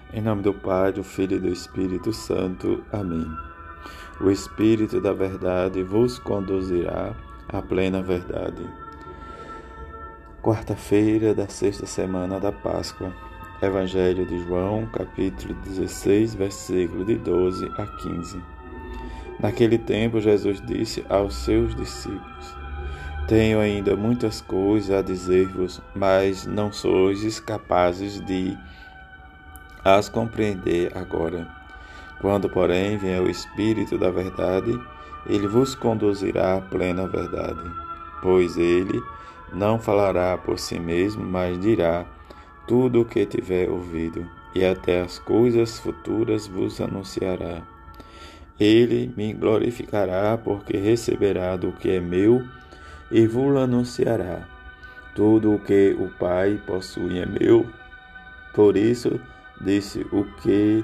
Em nome do Pai, do Filho e do Espírito Santo. Amém. O Espírito da verdade vos conduzirá à plena verdade. Quarta-feira da sexta semana da Páscoa. Evangelho de João, capítulo 16, versículo de 12 a 15. Naquele tempo, Jesus disse aos seus discípulos: Tenho ainda muitas coisas a dizer-vos, mas não sois capazes de as compreender agora. Quando, porém, vier o Espírito da verdade, ele vos conduzirá à plena verdade, pois ele não falará por si mesmo, mas dirá tudo o que tiver ouvido, e até as coisas futuras vos anunciará. Ele me glorificará, porque receberá do que é meu e vos anunciará. Tudo o que o Pai possui é meu, por isso disse: o que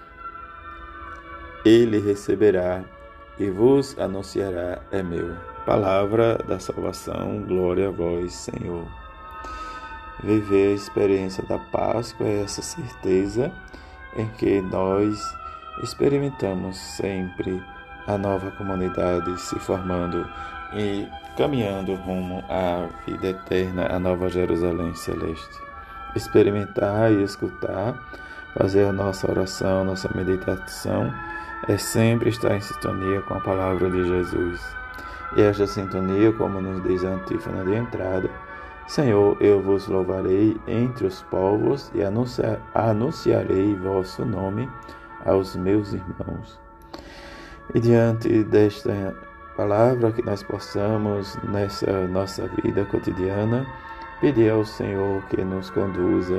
ele receberá e vos anunciará é meu. Palavra da salvação, glória a vós, Senhor. Viver a experiência da Páscoa é essa certeza em que nós experimentamos sempre a nova comunidade se formando e caminhando rumo à vida eterna, à nova Jerusalém celeste. Experimentar e escutar, fazer a nossa oração, nossa meditação, é sempre estar em sintonia com a palavra de Jesus. E esta sintonia, como nos diz a antífona de entrada: Senhor, eu vos louvarei entre os povos e anunciarei vosso nome aos meus irmãos. E diante desta palavra, que nós possamos, nessa nossa vida cotidiana, pedir ao Senhor que nos conduza,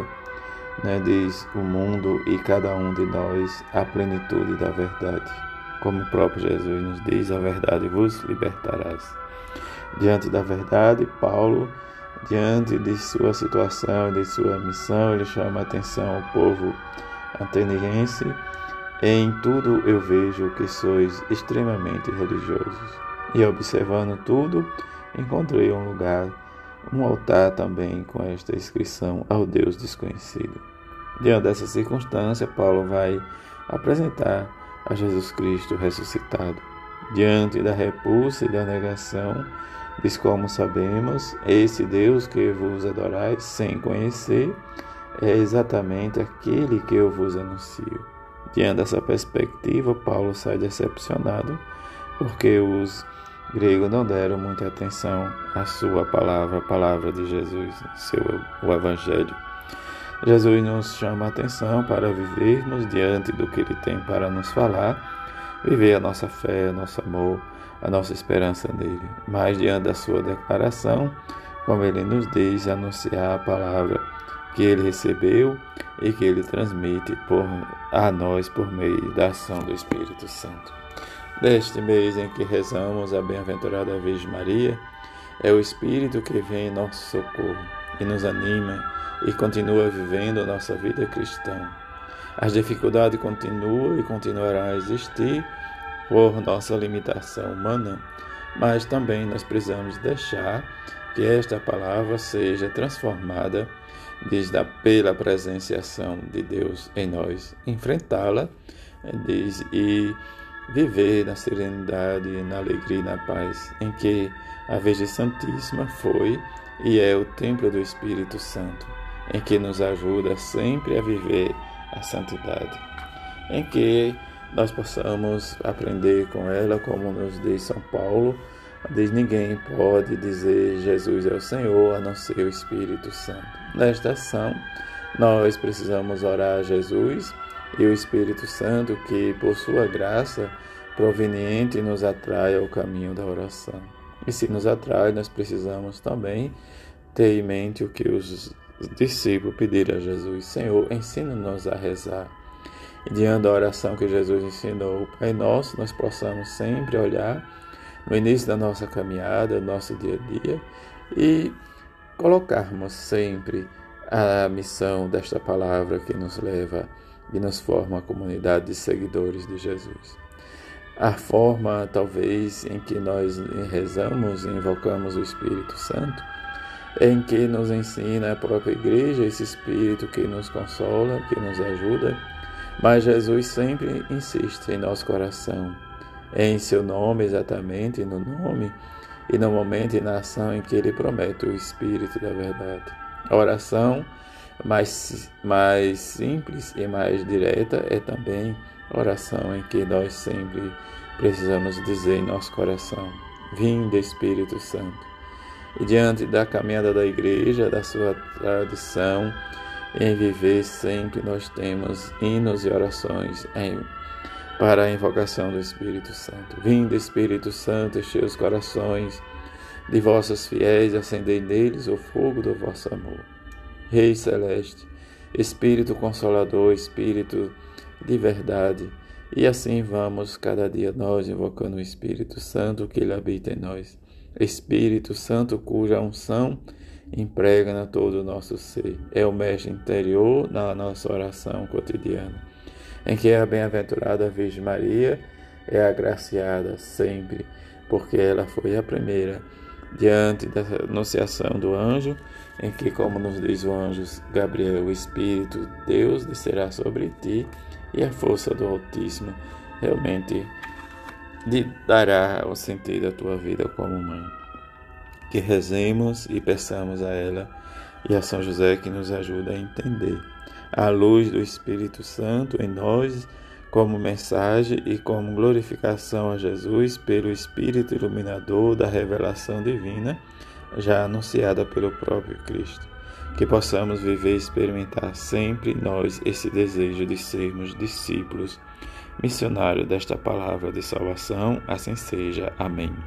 diz o mundo e cada um de nós, à plenitude da verdade. Como o próprio Jesus nos diz, a verdade vos libertarás. Diante da verdade, Paulo, diante de sua situação, de sua missão, ele chama a atenção ao povo ateniense: em tudo eu vejo que sois extremamente religiosos. E observando tudo, encontrei um lugar, um altar também com esta inscrição: ao Deus desconhecido. Diante dessa circunstância, Paulo vai apresentar a Jesus Cristo ressuscitado. Diante da repulsa e da negação, diz: como sabemos, esse Deus que vos adorais sem conhecer é exatamente aquele que eu vos anuncio. Diante dessa perspectiva, Paulo sai decepcionado, porque os gregos não deram muita atenção à sua palavra, a palavra de Jesus, o Evangelho. Jesus nos chama a atenção para vivermos diante do que Ele tem para nos falar, viver a nossa fé, o nosso amor, a nossa esperança nele. Mas diante da sua declaração, como Ele nos diz, anunciar a palavra que Ele recebeu e que Ele transmite a nós por meio da ação do Espírito Santo. Neste mês em que rezamos a bem-aventurada Virgem Maria, é o Espírito que vem em nosso socorro e nos anima e continua vivendo a nossa vida cristã. As dificuldades continuam e continuarão a existir por nossa limitação humana, mas também nós precisamos deixar que esta palavra seja transformada pela presenciação de Deus em nós, enfrentá-la e viver na serenidade, na alegria e na paz, em que a Virgem Santíssima foi e é o templo do Espírito Santo, em que nos ajuda sempre a viver a santidade, em que nós possamos aprender com ela, como nos diz São Paulo, diz: ninguém pode dizer Jesus é o Senhor, a não ser o Espírito Santo. Nesta ação, nós precisamos orar a Jesus e o Espírito Santo, que por sua graça proveniente nos atrai ao caminho da oração. E se nos atrai, nós precisamos também ter em mente o que os discípulos pediram a Jesus: Senhor, ensina-nos a rezar. E diante da oração que Jesus ensinou, o Pai Nosso, nós possamos sempre olhar no início da nossa caminhada, no nosso dia a dia, e colocarmos sempre a missão desta palavra que nos leva e nos forma a comunidade de seguidores de Jesus. A forma, talvez, em que nós rezamos e invocamos o Espírito Santo, em que nos ensina a própria Igreja, esse Espírito que nos consola, que nos ajuda Mas Jesus sempre insiste em nosso coração, em seu nome exatamente, no nome e no momento e na ação em que ele promete o Espírito da verdade. A oração mais simples e mais direta é também a oração em que nós sempre precisamos dizer em nosso coração: Vinde, Espírito Santo. E diante da caminhada da igreja, da sua tradição, em viver sempre nós temos hinos e orações para a invocação do Espírito Santo. Vinde, Espírito Santo, enchei os corações de vossos fiéis, acendei neles o fogo do vosso amor. Rei Celeste, Espírito Consolador, Espírito de verdade, e assim vamos cada dia nós invocando o Espírito Santo que ele habita em nós. Espírito Santo cuja unção impregna todo o nosso ser. É o mestre interior na nossa oração cotidiana, em que a bem-aventurada Virgem Maria é agraciada sempre, porque ela foi a primeira diante da anunciação do anjo, em que, como nos diz o anjo Gabriel, o Espírito de Deus descerá sobre ti e a força do Altíssimo realmente lhe dará o sentido à tua vida como mãe. Que rezemos e peçamos a ela e a São José que nos ajude a entender a luz do Espírito Santo em nós como mensagem e como glorificação a Jesus pelo Espírito iluminador da revelação divina já anunciada pelo próprio Cristo. Que possamos viver e experimentar sempre nós esse desejo de sermos discípulos missionários desta palavra de salvação. Assim seja. Amém.